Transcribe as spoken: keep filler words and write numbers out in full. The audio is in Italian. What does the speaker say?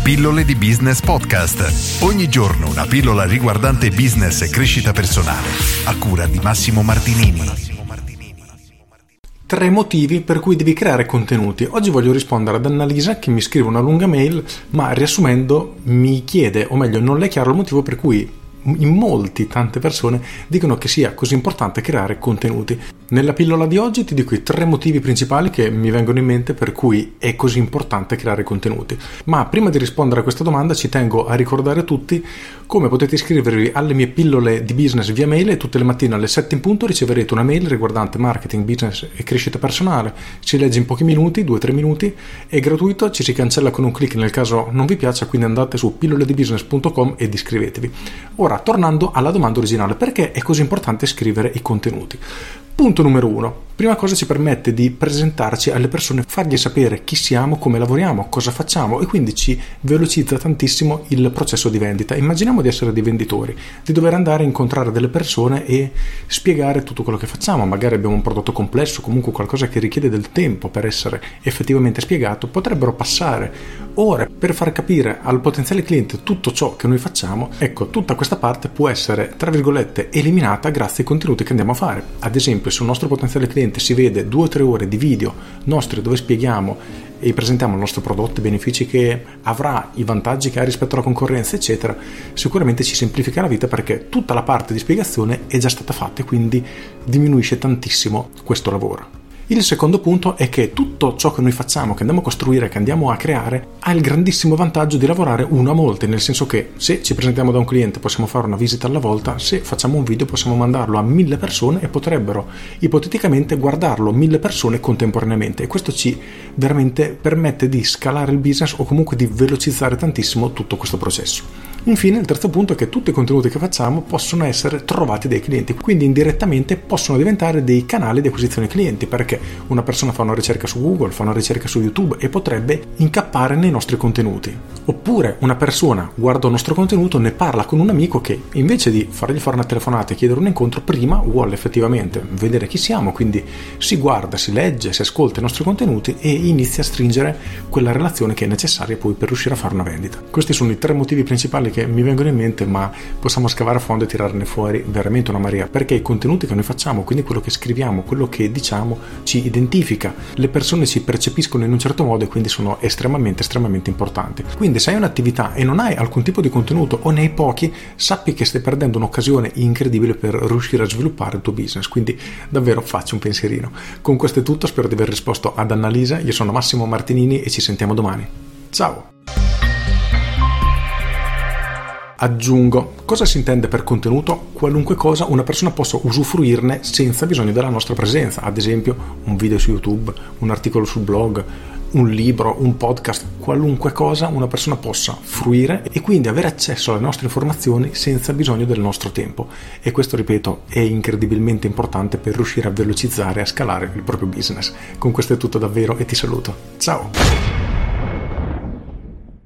Pillole di Business Podcast. Ogni giorno una pillola riguardante business e crescita personale. A cura di Massimo Martinini. Tre motivi per cui devi creare contenuti. Oggi voglio rispondere ad Annalisa che mi scrive una lunga mail, ma riassumendo mi chiede, o meglio non le è chiaro il motivo per cui in molti, tante persone dicono che sia così importante creare contenuti. Nella pillola di oggi ti dico i tre motivi principali che mi vengono in mente per cui è così importante creare contenuti. Ma prima di rispondere a questa domanda ci tengo a ricordare a tutti come potete iscrivervi alle mie pillole di business via mail e tutte le mattine alle sette in punto riceverete una mail riguardante marketing, business e crescita personale. Si legge in pochi minuti, due tre minuti, è gratuito, ci si cancella con un click nel caso non vi piaccia, quindi andate su pillole di business punto com ed iscrivetevi. Ora, tornando alla domanda originale, perché è così importante scrivere i contenuti? Punto numero uno. Prima cosa ci permette di presentarci alle persone, fargli sapere chi siamo, come lavoriamo, cosa facciamo e quindi ci velocizza tantissimo il processo di vendita. Immaginiamo di essere dei venditori, di dover andare a incontrare delle persone e spiegare tutto quello che facciamo. Magari abbiamo un prodotto complesso, comunque qualcosa che richiede del tempo per essere effettivamente spiegato. Potrebbero passare ore per far capire al potenziale cliente tutto ciò che noi facciamo. Ecco, tutta questa parte può essere, tra virgolette, eliminata grazie ai contenuti che andiamo a fare. Ad esempio, se un nostro potenziale cliente si vede due o tre ore di video nostri dove spieghiamo e presentiamo il nostro prodotto, i benefici che avrà, i vantaggi che ha rispetto alla concorrenza, eccetera, sicuramente ci semplifica la vita perché tutta la parte di spiegazione è già stata fatta e quindi diminuisce tantissimo questo lavoro. Il secondo punto è che tutto ciò che noi facciamo, che andiamo a costruire, che andiamo a creare, ha il grandissimo vantaggio di lavorare uno a molti, nel senso che se ci presentiamo da un cliente possiamo fare una visita alla volta, se facciamo un video possiamo mandarlo a mille persone e potrebbero ipoteticamente guardarlo mille persone contemporaneamente e questo ci veramente permette di scalare il business o comunque di velocizzare tantissimo tutto questo processo. Infine, il terzo punto è che tutti i contenuti che facciamo possono essere trovati dai clienti, quindi indirettamente possono diventare dei canali di acquisizione clienti, perché una persona fa una ricerca su Google, fa una ricerca su YouTube e potrebbe incappare nei nostri contenuti. Oppure una persona guarda il nostro contenuto, ne parla con un amico che invece di fargli fare una telefonata e chiedere un incontro, prima vuole effettivamente vedere chi siamo, quindi si guarda, si legge, si ascolta i nostri contenuti e inizia a stringere quella relazione che è necessaria poi per riuscire a fare una vendita. Questi sono i tre motivi principali che mi vengono in mente, ma possiamo scavare a fondo e tirarne fuori veramente una marea, perché i contenuti che noi facciamo, quindi quello che scriviamo, quello che diciamo, ci identifica, le persone ci percepiscono in un certo modo e quindi sono estremamente estremamente importanti. Quindi se hai un'attività e non hai alcun tipo di contenuto o ne hai pochi, sappi che stai perdendo un'occasione incredibile per riuscire a sviluppare il tuo business, quindi davvero facci un pensierino. Con questo è tutto, spero di aver risposto ad Annalisa. Io sono Massimo Martinini e ci sentiamo domani. Ciao! Aggiungo, cosa si intende per contenuto? Qualunque cosa una persona possa usufruirne senza bisogno della nostra presenza, ad esempio un video su YouTube, un articolo sul blog, un libro, un podcast, qualunque cosa una persona possa fruire e quindi avere accesso alle nostre informazioni senza bisogno del nostro tempo. E questo, ripeto, è incredibilmente importante per riuscire a velocizzare e a scalare il proprio business. Con questo è tutto davvero e ti saluto. Ciao!